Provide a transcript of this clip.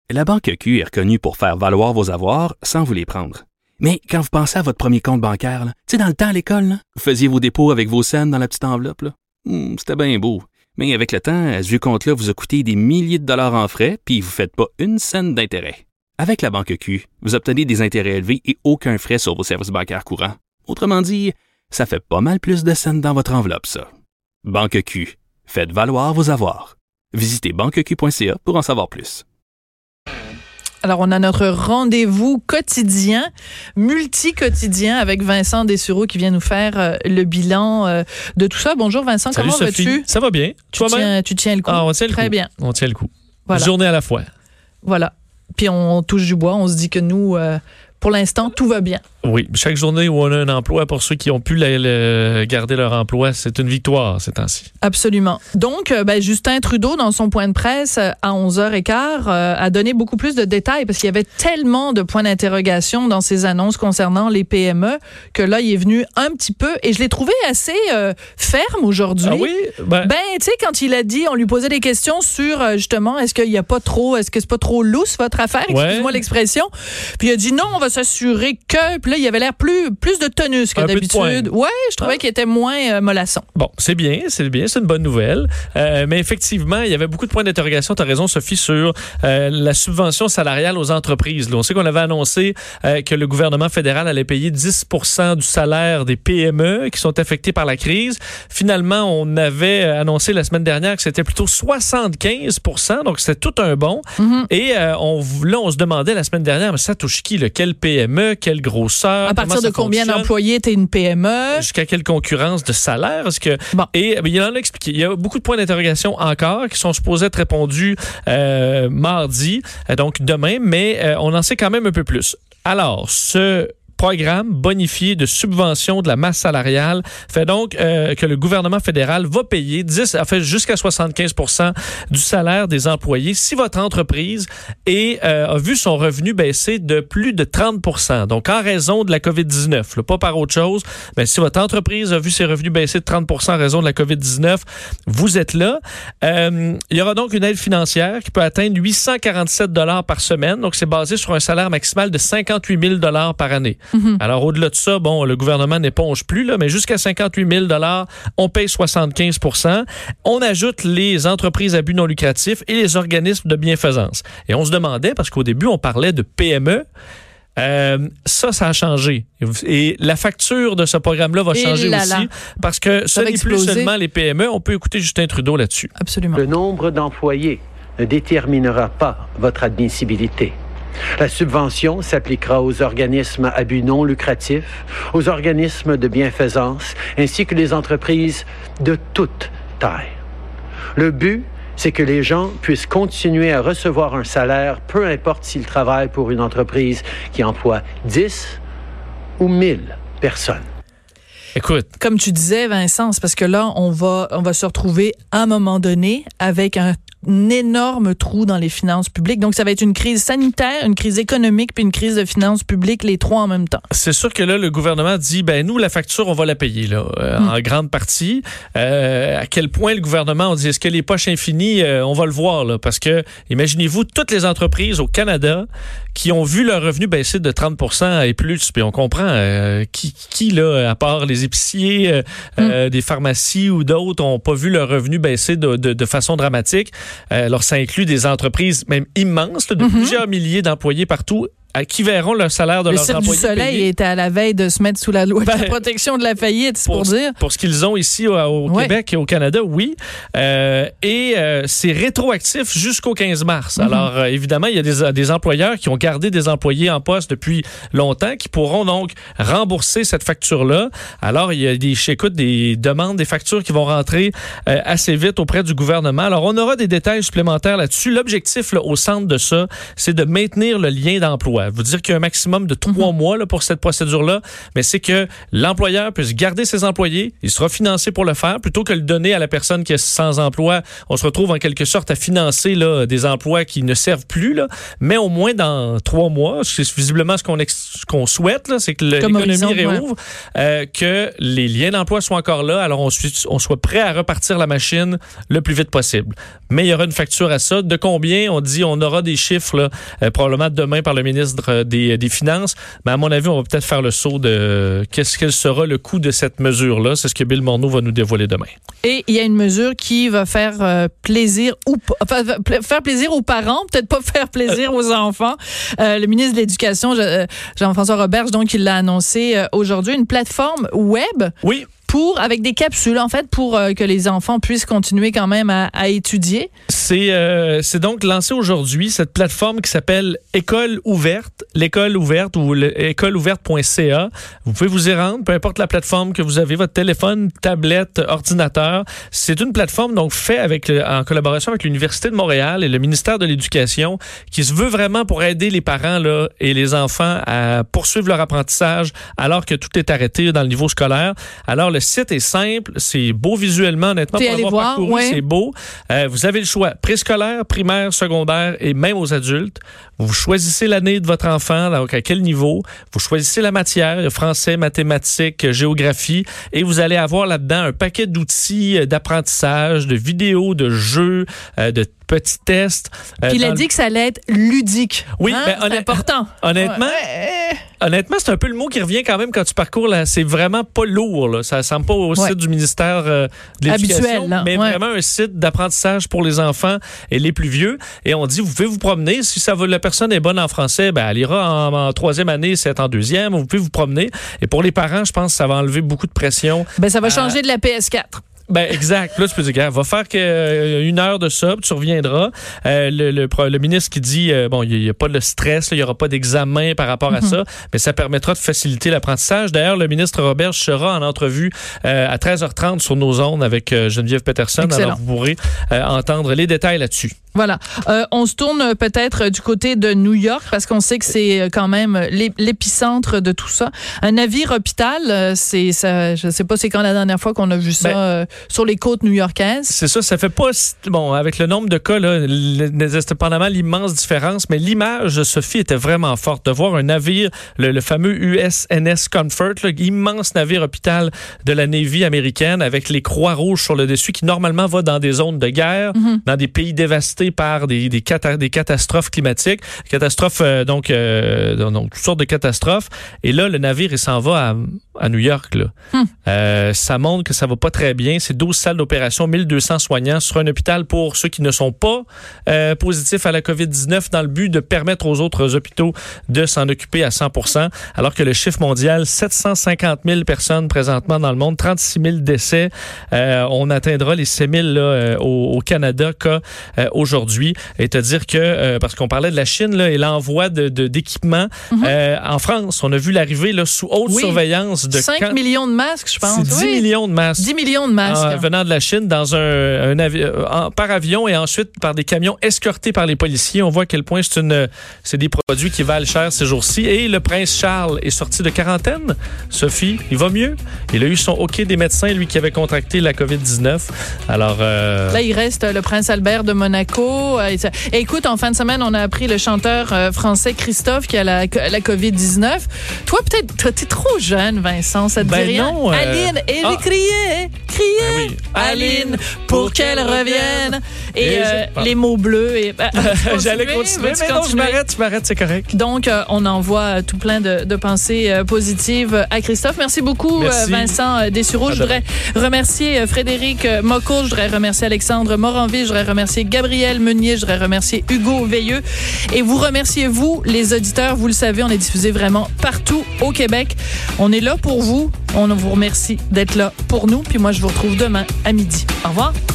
La Banque Q est reconnue pour faire valoir vos avoirs sans vous les prendre. Mais quand vous pensez à votre premier compte bancaire, tu sais, dans le temps à l'école, là, vous faisiez vos dépôts avec vos scènes dans la petite enveloppe. Là. C'était bien beau. Mais avec le temps, ce vieux compte-là vous a coûté des milliers de dollars en frais, puis vous ne faites pas une scène d'intérêt. Avec la Banque Q, vous obtenez des intérêts élevés et aucun frais sur vos services bancaires courants. Autrement dit, ça fait pas mal plus de scènes dans votre enveloppe, ça. Banque Q. Faites valoir vos avoirs. Visitez banqueq.ca pour en savoir plus. Alors, on a notre rendez-vous quotidien, multi-quotidien avec Vincent Dessureau qui vient nous faire le bilan de tout ça. Bonjour Vincent, Salut, comment Sophie. vas-tu? Ça va bien. Tu tiens le coup. Ah, on tient le coup. Très bien. On tient le coup. Voilà. Une journée à la fois. Voilà. Puis on touche du bois, on se dit que nous, pour l'instant, tout va bien. Oui, chaque journée où on a un emploi, pour ceux qui ont pu garder leur emploi, c'est une victoire ces temps-ci. Absolument. Donc, Justin Trudeau, dans son point de presse à 11h15, a donné beaucoup plus de détails parce qu'il y avait tellement de points d'interrogation dans ses annonces concernant les PME que là, il est venu un petit peu, et je l'ai trouvé assez ferme aujourd'hui. Ah oui? Tu sais, quand il a dit, on lui posait des questions sur, justement, est-ce que c'est pas trop lousse, votre affaire? Ouais. Excuse-moi l'expression. Puis il a dit, non, on va s'assurer que... Puis là, il avait l'air plus de tonus que d'habitude. Ouais, je trouvais qu'il était moins mollasson. Bon, c'est bien, c'est une bonne nouvelle. Mais effectivement, il y avait beaucoup de points d'interrogation, tu as raison Sophie, sur la subvention salariale aux entreprises. Là, on sait qu'on avait annoncé que le gouvernement fédéral allait payer 10% du salaire des PME qui sont affectés par la crise. Finalement, on avait annoncé la semaine dernière que c'était plutôt 75%, donc c'était tout un bond. Mm-hmm. Et on se demandait la semaine dernière, mais ça touche qui? Quelle PME? Quelle grosseur? À partir de combien d'employés t'es une PME? Jusqu'à quelle concurrence de salaire? Et il en a expliqué. Il y a beaucoup de points d'interrogation encore qui sont supposés être répondus mardi, donc demain, mais on en sait quand même un peu plus. Alors, ce programme bonifié de subvention de la masse salariale fait donc que le gouvernement fédéral va payer jusqu'à 75% du salaire des employés si votre entreprise a vu son revenu baisser de plus de 30%. Donc, en raison de la COVID-19, pas par autre chose, mais si votre entreprise a vu ses revenus baisser de 30% en raison de la COVID-19, vous êtes là. Il y aura donc une aide financière qui peut atteindre 847 $ par semaine. Donc, c'est basé sur un salaire maximal de 58 000 $ par année. Mm-hmm. Alors, au-delà de ça, le gouvernement n'éponge plus, là, mais jusqu'à 58 000 $, on paye 75%. On ajoute les entreprises à but non lucratif et les organismes de bienfaisance. Et on se demandait, parce qu'au début, on parlait de PME, ça a changé. Et la facture de ce programme-là va changer aussi, parce que ce n'est plus seulement les PME. On peut écouter Justin Trudeau là-dessus. Absolument. Le nombre d'employés ne déterminera pas votre admissibilité. La subvention s'appliquera aux organismes à but non lucratif, aux organismes de bienfaisance, ainsi que les entreprises de toute taille. Le but, c'est que les gens puissent continuer à recevoir un salaire, peu importe s'ils travaillent pour une entreprise qui emploie 10 ou 1000 personnes. Écoute. Comme tu disais, Vincent, c'est parce que là, on va se retrouver à un moment donné avec un énorme trou dans les finances publiques. Donc, ça va être une crise sanitaire, une crise économique puis une crise de finances publiques, les trois en même temps. C'est sûr que là, le gouvernement dit, nous, la facture, on va la payer, là, en grande partie. À quel point le gouvernement, on dit, est-ce que les poches infinies, on va le voir, là, parce que, imaginez-vous, toutes les entreprises au Canada qui ont vu leur revenu baisser de 30% et plus, puis on comprend qui là, à part les épiciers, des pharmacies ou d'autres, n'ont pas vu leur revenu baisser de façon dramatique. Alors, ça inclut des entreprises même immenses, là, de plusieurs milliers d'employés partout, qui verront le salaire de leurs employés. Le Cirque du Soleil était à la veille de se mettre sous la loi de la protection de la faillite, c'est pour dire. Pour ce qu'ils ont ici au Québec et au Canada, oui. C'est rétroactif jusqu'au 15 mars. Alors, évidemment, il y a des employeurs qui ont gardé des employés en poste depuis longtemps qui pourront donc rembourser cette facture-là. Alors, il y a des demandes, des factures qui vont rentrer assez vite auprès du gouvernement. Alors, on aura des détails supplémentaires là-dessus. L'objectif, là, au centre de ça, c'est de maintenir le lien d'emploi. vous dire qu'il y a un maximum de 3 mois là, pour cette procédure-là, mais c'est que l'employeur puisse garder ses employés, il sera financé pour le faire, plutôt que le donner à la personne qui est sans emploi. On se retrouve en quelque sorte à financer là, des emplois qui ne servent plus, là, mais au moins dans 3 mois, c'est visiblement ce qu'on souhaite, là, c'est que l'économie réouvre, que les liens d'emploi soient encore là, alors on soit prêt à repartir la machine le plus vite possible. Mais il y aura une facture à ça. De combien? On dit on aura des chiffres là, probablement demain par le ministre des Finances, mais à mon avis, on va peut-être faire le saut de quel sera le coût de cette mesure-là. C'est ce que Bill Morneau va nous dévoiler demain. Et il y a une mesure qui va faire plaisir faire plaisir aux parents, peut-être pas faire plaisir aux enfants. Le ministre de l'Éducation, Jean-François Roberge, donc, il l'a annoncé aujourd'hui, une plateforme web. Oui. Avec des capsules, en fait, pour que les enfants puissent continuer quand même à étudier. C'est donc lancé aujourd'hui, cette plateforme qui s'appelle École ouverte, l'école ouverte ou écoleouverte.ca. Vous pouvez vous y rendre, peu importe la plateforme que vous avez, votre téléphone, tablette, ordinateur. C'est une plateforme donc faite en collaboration avec l'Université de Montréal et le ministère de l'Éducation qui se veut vraiment pour aider les parents là, et les enfants à poursuivre leur apprentissage alors que tout est arrêté dans le niveau scolaire. Alors, le site est simple, c'est beau visuellement, honnêtement, pour l'avoir parcouru, ouais. C'est beau. Vous avez le choix préscolaire, primaire, secondaire et même aux adultes. Vous choisissez l'année de votre enfant, donc à quel niveau. Vous choisissez la matière, français, mathématiques, géographie, et vous allez avoir là-dedans un paquet d'outils d'apprentissage, de vidéos, de jeux, de petits tests. Puis il a dit que ça allait être ludique. Oui, c'est important. Honnêtement, c'est un peu le mot qui revient quand même quand tu parcours là. C'est vraiment pas lourd. Là. Ça ressemble pas au site du ministère de l'Éducation, habituel, mais vraiment un site d'apprentissage pour les enfants et les plus vieux. Et on dit, vous pouvez vous promener. Si la personne est bonne en français, elle ira en 3e année, c'est en 2e. Vous pouvez vous promener. Et pour les parents, je pense que ça va enlever beaucoup de pression. Ça va changer de la PS4. Exact. Là, tu peux dire, gars, va faire une heure de ça, puis tu reviendras. Le ministre qui dit, il n'y a pas de stress, il n'y aura pas d'examen par rapport à ça, mais ça permettra de faciliter l'apprentissage. D'ailleurs, le ministre Roberge sera en entrevue à 13h30 sur nos ondes avec Geneviève Peterson. Excellent. Alors, vous pourrez entendre les détails là-dessus. Voilà. On se tourne peut-être du côté de New York parce qu'on sait que c'est quand même l'épicentre de tout ça. Un navire hôpital, je sais pas c'est quand la dernière fois qu'on a vu ça sur les côtes new-yorkaises. C'est ça, ça fait pas... avec le nombre de cas, là, indépendamment l'immense différence, mais l'image de Sophie était vraiment forte. De voir un navire, le fameux USNS Comfort, immense navire hôpital de la Navy américaine avec les croix rouges sur le dessus qui normalement va dans des zones de guerre, dans des pays dévastés par des catastrophes climatiques, donc toutes sortes de catastrophes. Et là, le navire, il s'en va à New York. Là. Ça montre que ça va pas très bien. C'est 12 salles d'opération, 1200 soignants sur un hôpital pour ceux qui ne sont pas positifs à la COVID-19 dans le but de permettre aux autres hôpitaux de s'en occuper à 100%, alors que le chiffre mondial, 750 000 personnes présentement dans le monde, 36 000 décès. On atteindra les 6 000 là, au Canada cas aujourd'hui. Et te dire que, parce qu'on parlait de la Chine là, et l'envoi d'équipements, en France, on a vu l'arrivée là, sous haute surveillance de 5 millions de masques, je pense. C'est 10 millions de masques. 10 millions de masques. Venant de la Chine dans par avion et ensuite par des camions escortés par les policiers. On voit à quel point c'est des produits qui valent cher ces jours-ci. Et le prince Charles est sorti de quarantaine. Sophie, il va mieux. Il a eu son OK des médecins, lui qui avait contracté la COVID-19. Alors... Là, il reste le prince Albert de Monaco. Et écoute, en fin de semaine, on a appris le chanteur français Christophe qui a la COVID-19. Toi, peut-être, t'es trop jeune, Vincent, ça te dit rien? Non, Aline, et j'ai crié, oui. Aline, pour qu'elle revienne. Et les mots bleus. Et, j'allais continuer, mais non, tu m'arrêtes, c'est correct. Donc, on envoie tout plein de pensées positives à Christophe. Merci beaucoup, Vincent Dessureau. Je voudrais remercier Frédéric Mocco, je voudrais remercier Alexandre Moranville, je voudrais remercier Gabriel Meunier, je voudrais remercier Hugo Veilleux. Et vous remerciez, vous, les auditeurs. Vous le savez, on est diffusé vraiment partout au Québec. On est là pour vous. On vous remercie d'être là pour nous. Puis moi, je vous retrouve demain à midi. Au revoir.